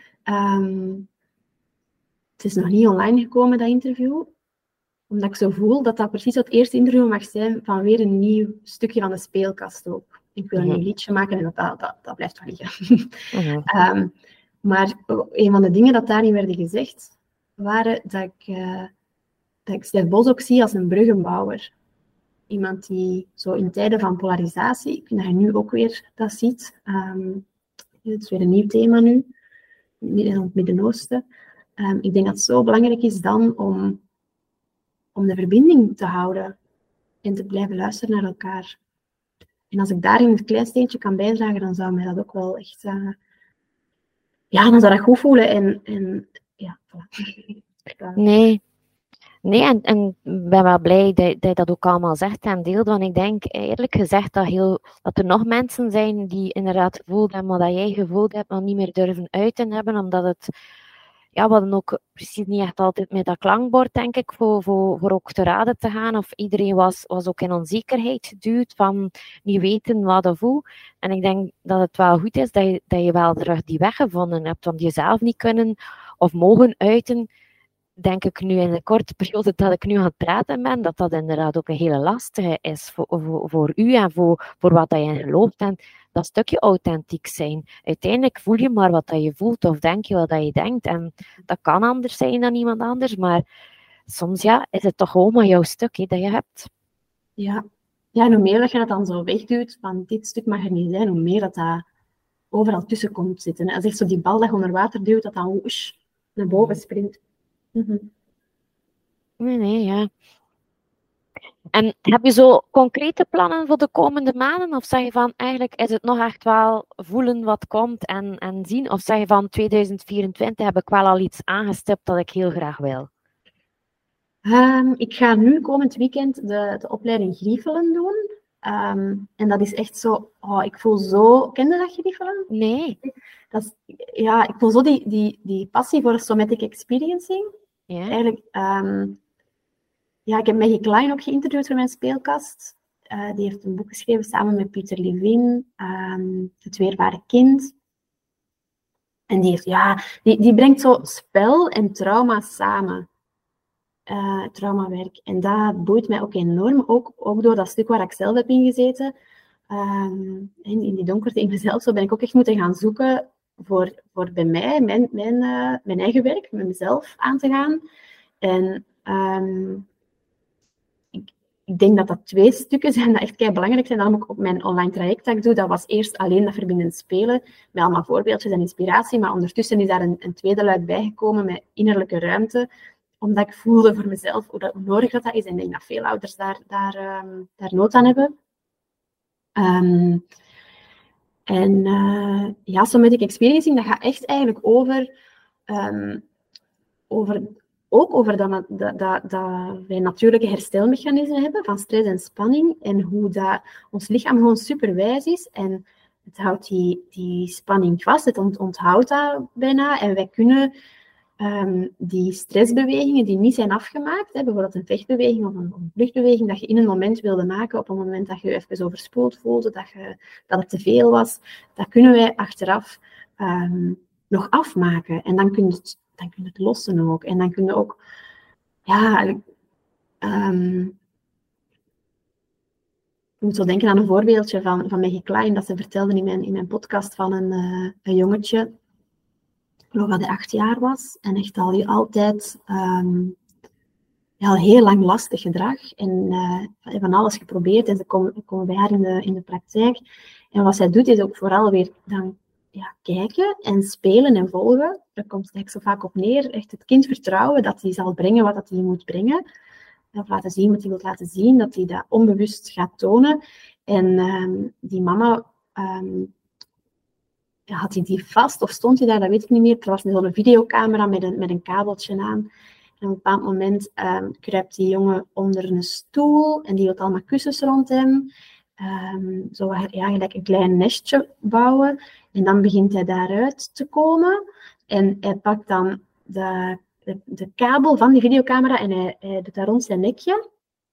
Het is nog niet online gekomen, dat interview. Omdat ik zo voel dat dat precies het eerste interview mag zijn van weer een nieuw stukje van de speelkast ook. Ik wil een nieuw liedje maken en dat blijft wel liggen. Maar een van de dingen dat daarin werden gezegd, waren dat ik Stef Bos ook zie als een bruggenbouwer. Iemand die zo in tijden van polarisatie, ik vind dat je nu ook weer dat ziet. Het is weer een nieuw thema nu, in het Midden-Oosten. Ik denk dat het zo belangrijk is dan om de verbinding te houden en te blijven luisteren naar elkaar. En als ik daarin een klein steentje kan bijdragen, dan zou mij dat ook wel echt... dan zou dat goed voelen. Voilà. Nee, en ik ben wel blij dat je dat ook allemaal zegt en deelt, want ik denk eerlijk gezegd dat er nog mensen zijn die inderdaad gevoeld hebben wat jij gevoeld hebt, maar niet meer durven uiten hebben, omdat het... we hadden ook precies niet echt altijd met dat klankbord, denk ik, voor ook te raden te gaan. Of iedereen was ook in onzekerheid geduwd van niet weten wat of hoe. En ik denk dat het wel goed is dat je wel terug die weg gevonden hebt. Want jezelf niet kunnen of mogen uiten, denk ik nu in de korte periode dat ik nu aan het praten ben, dat inderdaad ook een hele lastige is voor u en voor wat dat je gelooft. En dat stukje authentiek zijn. Uiteindelijk voel je maar wat dat je voelt of denk je wat dat je denkt. En dat kan anders zijn dan iemand anders, maar soms is het toch gewoon maar jouw stuk dat je hebt. Ja, en hoe meer dat je dat dan zo wegduwt, van dit stuk mag er niet zijn, hoe meer dat overal tussen komt zitten. Als echt zo die bal dat je onder water duwt, dat dan whoosh, naar boven sprint. Nee, ja. En heb je zo concrete plannen voor de komende maanden? Of zeg je van, eigenlijk is het nog echt wel voelen wat komt en zien? Of zeg je van, 2024 heb ik wel al iets aangestipt dat ik heel graag wil? Ik ga nu komend weekend de opleiding Griefelen doen. En dat is echt zo... ik voel zo... Ken je dat, Griefelen? Nee. Ik voel zo die passie voor somatic experiencing. Ja. Eigenlijk... ik heb Maggie Klein ook geïnterviewd voor mijn speelkast. Die heeft een boek geschreven samen met Pieter Levin, Het Weerbare Kind. En die brengt zo spel en trauma samen. Traumawerk. En dat boeit mij ook enorm, ook door dat stuk waar ik zelf heb ingezeten. In die donkerte in mezelf, zo ben ik ook echt moeten gaan zoeken voor bij mij, mijn eigen werk, met mezelf aan te gaan. En ik denk dat dat 2 stukken zijn dat echt belangrijk zijn. Daarom ook mijn online traject dat ik doe. Dat was eerst alleen dat verbindend spelen, met allemaal voorbeeldjes en inspiratie. Maar ondertussen is daar een tweede luik bijgekomen met innerlijke ruimte. Omdat ik voelde voor mezelf hoe nodig dat is. En ik denk dat veel ouders daar nood aan hebben. Somatic experiencing, dat gaat echt eigenlijk over dat wij natuurlijke herstelmechanismen hebben van stress en spanning en hoe dat ons lichaam gewoon superwijs is en het houdt die spanning vast, het onthoudt dat bijna en wij kunnen die stressbewegingen die niet zijn afgemaakt, bijvoorbeeld een vechtbeweging of een vluchtbeweging dat je in een moment wilde maken, op een moment dat je je even overspoeld voelde, dat het te veel was, dat kunnen wij achteraf nog afmaken en dan kun je het lossen ook. En dan kun je ook, ik moet zo denken aan een voorbeeldje van Maggie Klein, dat ze vertelde in mijn podcast van een jongetje, ik geloof dat hij 8 jaar was, en echt altijd al heel lang lastig gedrag. En van alles geprobeerd, en ze komen bij haar in de praktijk. En wat zij doet, is ook vooral weer dan kijken en spelen en volgen. Daar komt het zo vaak op neer. Echt het kind vertrouwen dat hij zal brengen wat hij moet brengen. Of laten zien wat hij wil laten zien. Dat hij dat onbewust gaat tonen. En die mama, had hij die vast of stond hij daar? Dat weet ik niet meer. Er was zo'n videocamera met een kabeltje aan. En op een bepaald moment kruipt die jongen onder een stoel. En die wil allemaal kussens rond hem. Gelijk een klein nestje bouwen. En dan begint hij daaruit te komen. En hij pakt dan de kabel van die videocamera en hij doet daar rond zijn nekje.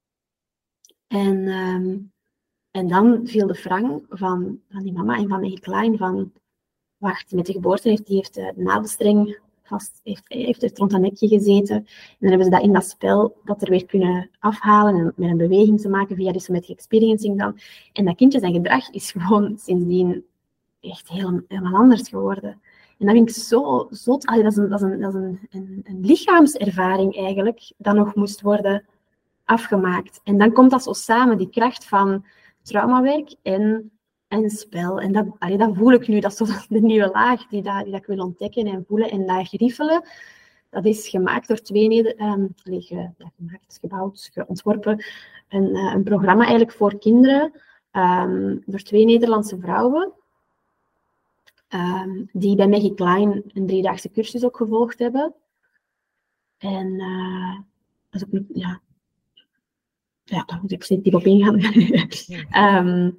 En dan viel de frank van die mama en van Maggie Klein van... Wacht, met de geboorte heeft de navelstreng heeft het rond dat nekje gezeten. En dan hebben ze dat in dat spel dat er weer kunnen afhalen en met een beweging te maken via die somatic experiencing dan. En dat kindje zijn gedrag is gewoon sindsdien echt helemaal anders geworden. En dat vind ik zo zot. Dat is een lichaamservaring eigenlijk, dat nog moest worden afgemaakt. En dan komt dat zo samen, die kracht van traumawerk en spel. En dat voel ik nu, dat is zo de nieuwe laag die ik wil ontdekken en voelen. En dat griefelen, dat is gemaakt door ontworpen, een programma eigenlijk voor kinderen, door 2 Nederlandse vrouwen, die bij Maggie Klein een 3-daagse cursus ook gevolgd hebben. En dat is ook niet, daar moet ik niet op ingaan.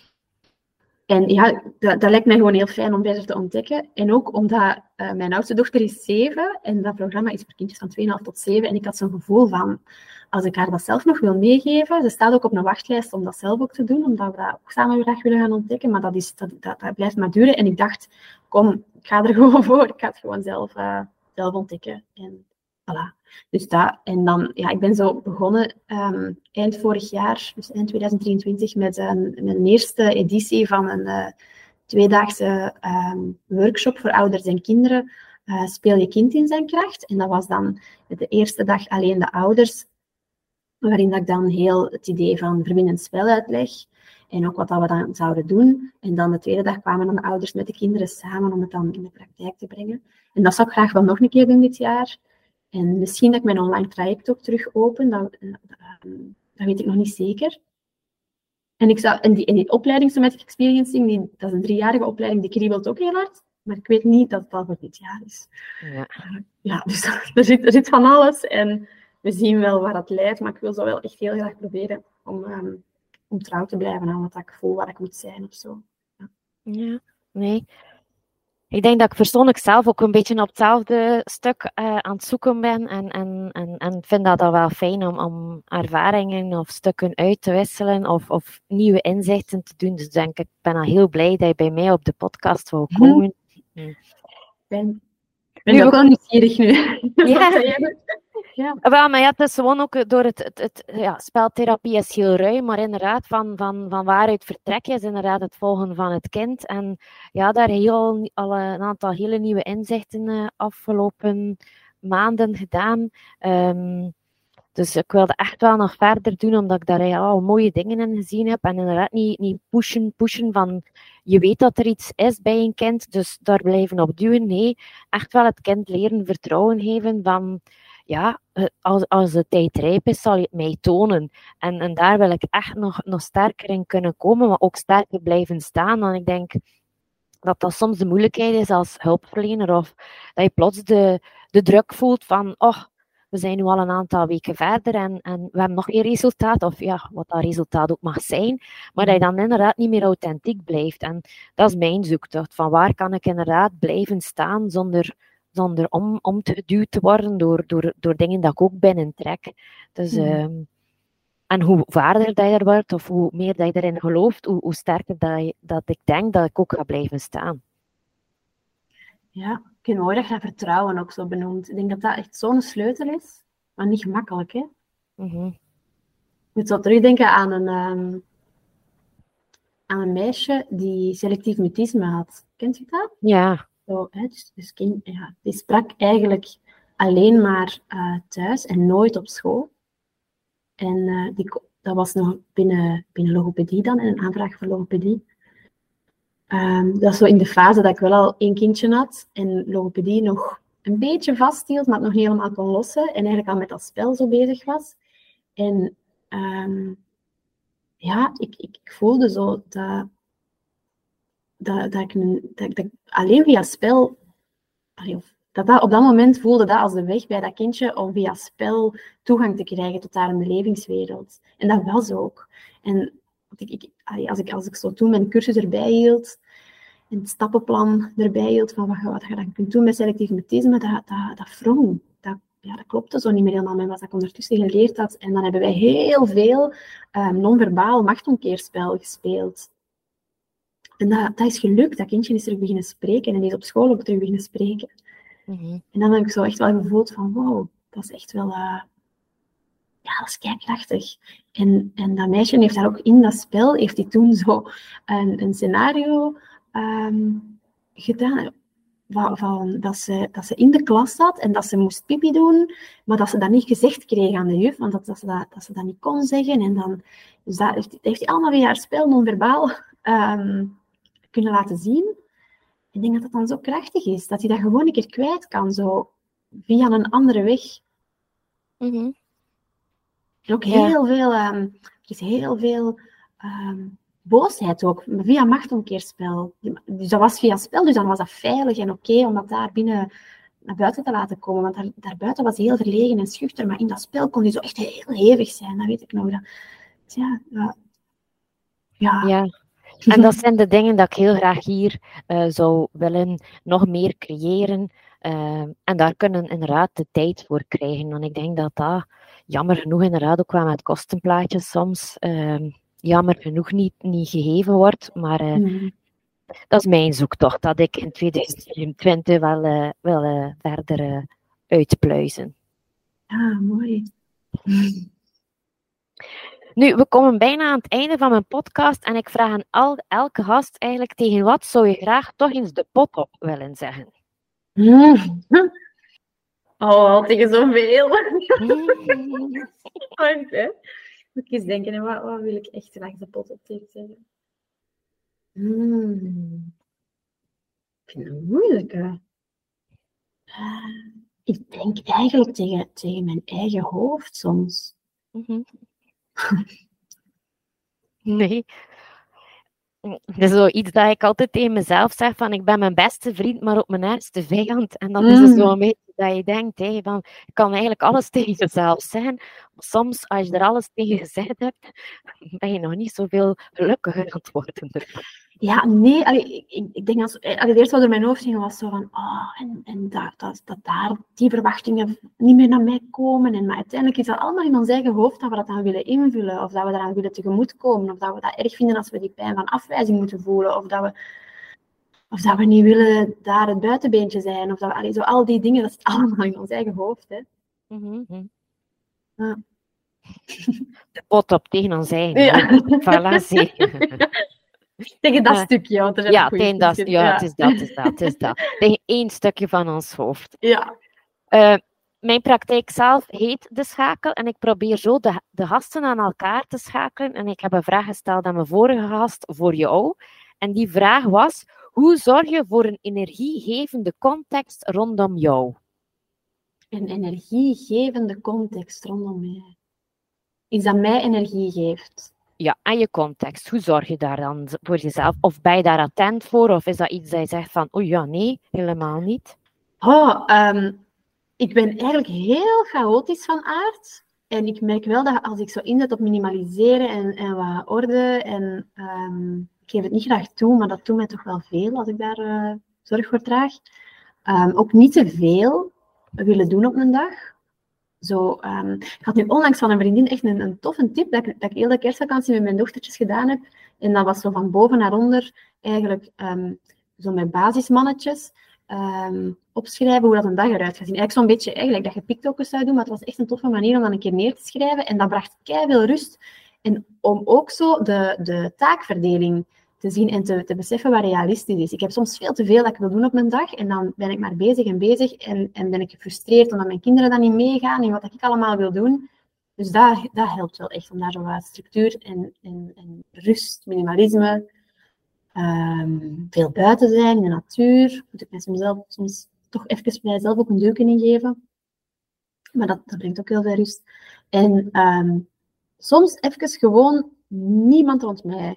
En dat lijkt mij gewoon heel fijn om verder te ontdekken. En ook omdat mijn oudste dochter is 7 en dat programma is voor kindjes van 2,5 tot 7. En ik had zo'n gevoel van, als ik haar dat zelf nog wil meegeven, ze staat ook op een wachtlijst om dat zelf ook te doen, omdat we dat ook samen graag willen gaan ontdekken. Maar dat blijft maar duren. En ik dacht, kom, ik ga er gewoon voor. Ik ga het gewoon zelf ontdekken. En voilà. Dus dat. En dan, ik ben zo begonnen eind vorig jaar, dus eind 2023, met mijn eerste editie van een 2-daagse workshop voor ouders en kinderen. Speel je kind in zijn kracht. En dat was dan de eerste dag alleen de ouders, waarin ik dan heel het idee van verbindend spel uitleg. En ook wat dat we dan zouden doen. En dan de tweede dag kwamen dan de ouders met de kinderen samen om het dan in de praktijk te brengen. En dat zou ik graag wel nog een keer doen dit jaar. En misschien dat ik mijn online traject ook terug open, dat weet ik nog niet zeker. En die opleiding Somatic Experiencing, dat is een 3-jarige opleiding, die kriebelt ook heel hard. Maar ik weet niet dat het al voor dit jaar is. Dus er zit van alles. En we zien wel waar dat leidt. Maar ik wil zo wel echt heel graag proberen om trouw te blijven aan wat ik voel, waar ik moet zijn of zo. Nee. Ik denk dat ik persoonlijk zelf ook een beetje op hetzelfde stuk aan het zoeken ben. En vind dat wel fijn om ervaringen of stukken uit te wisselen of nieuwe inzichten te doen. Dus ik ben al heel blij dat je bij mij op de podcast wou komen. Ik ben ook wel nieuwsgierig nu. Ja. Wel, maar het is gewoon ook door het speltherapie is heel ruim, maar inderdaad van waaruit vertrek is inderdaad het volgen van het kind. En daar al een aantal hele nieuwe inzichten afgelopen maanden gedaan. Dus ik wilde echt wel nog verder doen, omdat ik daar al mooie dingen in gezien heb. En inderdaad niet pushen van, je weet dat er iets is bij een kind, dus daar blijven op duwen. Nee, echt wel het kind leren vertrouwen geven van, ja, als de tijd rijp is, zal je het mij tonen. En daar wil ik echt nog sterker in kunnen komen, maar ook sterker blijven staan. Want ik denk dat soms de moeilijkheid is als hulpverlener, of dat je plots de druk voelt van, we zijn nu al een aantal weken verder en we hebben nog geen resultaat, of ja, wat dat resultaat ook mag zijn, maar dat je dan inderdaad niet meer authentiek blijft. En dat is mijn zoektocht, van waar kan ik inderdaad blijven staan zonder omgeduwd te worden door dingen dat ik ook binnentrek. Dus, en hoe vaarder dat je er wordt, of hoe meer dat je erin gelooft, hoe sterker dat ik denk dat ik ook ga blijven staan. Ja, ik vind het mooi dat je dat vertrouwen ook zo benoemt. Ik denk dat dat echt zo'n sleutel is, maar niet gemakkelijk, hè. Mm-hmm. Ik moet zo terugdenken aan een meisje die selectief mutisme had. Kent je dat? Ja. Zo, hè? Dus die sprak eigenlijk alleen maar thuis en nooit op school. En dat was nog binnen logopedie dan, en een aanvraag voor logopedie. Dat was zo in de fase dat ik wel al 1 kindje had en logopedie nog een beetje vasthield, maar het nog niet helemaal kon lossen. En eigenlijk al met dat spel zo bezig was. En ik voelde zo dat ik alleen via spel... Dat op dat moment voelde dat als de weg bij dat kindje om via spel toegang te krijgen tot haar belevingswereld. En dat was ook. En als ik zo toen mijn cursus erbij hield, en het stappenplan erbij hield van wat je dan kunt doen met selectief mutisme, dat wrong. Dat klopte zo niet meer helemaal met wat ik ondertussen geleerd had. En dan hebben wij heel veel non-verbaal machtomkeerspel gespeeld. En dat is gelukt. Dat kindje is terug beginnen spreken en die is op school ook terug beginnen spreken. Mm-hmm. En dan heb ik zo echt wel gevoeld van, wow, dat is echt wel... dat is keikrachtig. En dat meisje heeft daar ook in dat spel, heeft hij toen zo een scenario gedaan, dat ze in de klas zat en dat ze moest pipi doen, maar dat ze dat niet gezegd kreeg aan de juf, want dat ze dat niet kon zeggen. En dan, dus dat heeft hij allemaal via haar spel non-verbaal kunnen laten zien. Ik denk dat dat dan zo krachtig is, dat hij dat gewoon een keer kwijt kan, zo via een andere weg. Mm-hmm. Ook heel veel, er is heel veel boosheid ook, via machtomkeerspel. Dus dat was via spel, dus dan was dat veilig en oké om dat daar binnen naar buiten te laten komen. Want daarbuiten was hij heel verlegen en schuchter, maar in dat spel kon hij zo echt heel hevig zijn, dat weet ik nog. Ja. En dat zijn de dingen dat ik heel graag hier zou willen nog meer creëren. En daar kunnen inderdaad de tijd voor krijgen. Want ik denk dat dat jammer genoeg inderdaad ook wel met kostenplaatjes soms jammer genoeg niet gegeven wordt. Maar dat is mijn zoektocht, dat ik in 2020 wel wil verder uitpluizen. Ja, mooi. Nu, we komen bijna aan het einde van mijn podcast en ik vraag aan elke gast eigenlijk, tegen wat zou je graag toch eens de pot op willen zeggen? Oh, tegen zoveel. Wacht, hè. Moet ik eens denken, hè. Wat wil ik echt graag de pot op tegen zeggen? Ik vind het moeilijk, hè. Ik denk eigenlijk tegen mijn eigen hoofd soms. Nee. Dat is zoiets dat ik altijd tegen mezelf zeg, van ik ben mijn beste vriend, maar ook mijn ergste vijand. En dat is zo een beetje dat je denkt, van, je kan eigenlijk alles tegen jezelf zeggen, maar soms, als je er alles tegen gezegd hebt, ben je nog niet zoveel gelukkiger aan het worden. Ja, nee, ik denk als het eerste wat door mijn hoofd ging was zo van, dat daar die verwachtingen niet meer naar mij komen. Maar uiteindelijk is dat allemaal in ons eigen hoofd dat we dat dan willen invullen, of dat we daaraan willen tegemoetkomen, of dat we dat erg vinden als we die pijn van afwijzing moeten voelen, of dat we niet willen daar het buitenbeentje zijn, of dat we, zo al die dingen, dat zit allemaal in ons eigen hoofd, hè. Ja. De pot op tegen ons eigen. Ja. Voilà, zeker. Tegen dat stukje. Want ja, tegen dat, het is dat. Tegen één stukje van ons hoofd. Ja. mijn praktijk zelf heet De Schakel en ik probeer zo de gasten aan elkaar te schakelen. En ik heb een vraag gesteld aan mijn vorige gast voor jou. En die vraag was, hoe zorg je voor een energiegevende context rondom jou? Een energiegevende context rondom mij. Iets dat mij energie geeft. Ja, en je context. Hoe zorg je daar dan voor jezelf? Of ben je daar attent voor? Of is dat iets dat je zegt van, oei ja, nee, helemaal niet? Ik ben eigenlijk heel chaotisch van aard. En ik merk wel dat als ik zo inzet op minimaliseren en wat orde, en ik geef het niet graag toe, maar dat doet mij toch wel veel als ik daar zorg voor draag. Ook niet te veel willen doen op een dag. Ik had nu onlangs van een vriendin echt een toffe tip dat ik heel de kerstvakantie met mijn dochtertjes gedaan heb. En dat was zo van boven naar onder, eigenlijk zo met basismannetjes. Opschrijven hoe dat een dag eruit gaat zien. Eigenlijk zo'n beetje eigenlijk dat je piktokjes zou doen, maar het was echt een toffe manier om dat een keer neer te schrijven. En dat bracht keiveel rust. En om ook zo de taakverdeling te zien en te beseffen wat realistisch is. Ik heb soms veel te veel dat ik wil doen op mijn dag en dan ben ik maar bezig en ben ik gefrustreerd omdat mijn kinderen dan niet meegaan in wat ik allemaal wil doen. Dus dat helpt wel echt om daar zo wat structuur en rust, minimalisme, veel buiten zijn, in de natuur. Moet ik mij soms toch even bij jezelf ook een duwken in geven. Maar dat brengt ook heel veel rust. En soms even gewoon niemand rond mij.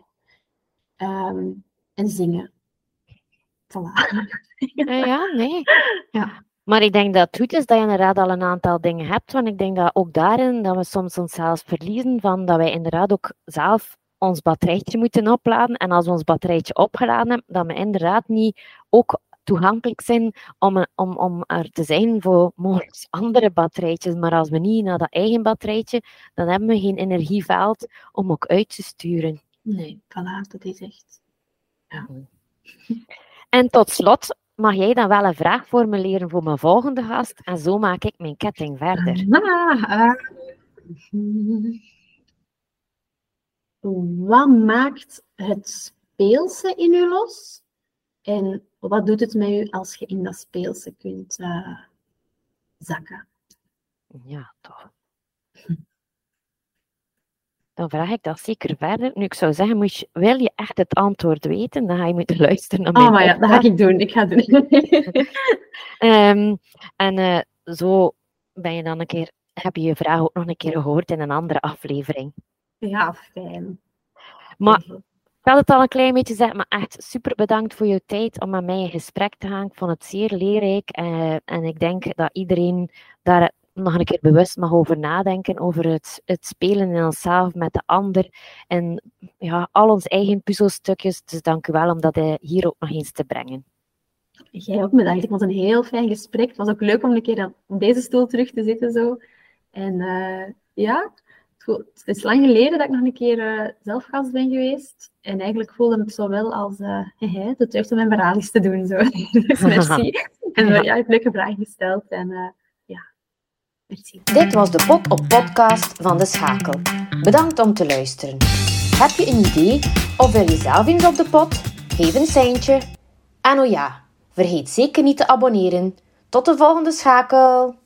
En zingen. Voilà. Ja, nee. Ja. Maar ik denk dat het goed is dat je inderdaad al een aantal dingen hebt, want ik denk dat ook daarin dat we soms onszelf verliezen van dat wij inderdaad ook zelf ons batterijtje moeten opladen. En als we ons batterijtje opgeladen hebben, dat we inderdaad niet ook toegankelijk zijn om er te zijn voor mogelijk andere batterijtjes. Maar als we niet naar dat eigen batterijtje, dan hebben we geen energieveld om ook uit te sturen. Nee, voilà, dat is echt... Ja. En tot slot mag jij dan wel een vraag formuleren voor mijn volgende gast. En zo maak ik mijn ketting verder. Wat maakt het speelse in u los? En wat doet het met u als je in dat speelse kunt zakken? Ja, toch. Dan vraag ik dat zeker verder. Nu, ik zou zeggen, wil je echt het antwoord weten, dan ga je moeten luisteren naar mijn maar ja, dat ga ik doen. Ik ga het doen. Zo ben je dan heb je je vraag ook nog een keer gehoord in een andere aflevering. Ja, fijn. Maar ik had het al een klein beetje gezegd, maar echt super bedankt voor je tijd om met mij in gesprek te gaan. Ik vond het zeer leerrijk en ik denk dat iedereen daar nog een keer bewust mag over nadenken, over het spelen in onszelf met de ander en ja, al onze eigen puzzelstukjes. Dus dank u wel om dat hier ook nog eens te brengen. Jij ook bedankt. Ik vond het een heel fijn gesprek. Het was ook leuk om een keer op deze stoel terug te zitten. Zo. En het is lang geleden dat ik nog een keer zelf gast ben geweest. En eigenlijk voelde ik zo wel als de deugd om mijn verhaal eens te doen. Zo. Dus merci. En je hebt leuke vragen gesteld. En merci. Dit was de Pot op podcast van De Schakel. Bedankt om te luisteren. Heb je een idee of wil je zelf eens op de pot? Geef een seintje. En oh ja, vergeet zeker niet te abonneren. Tot de volgende schakel!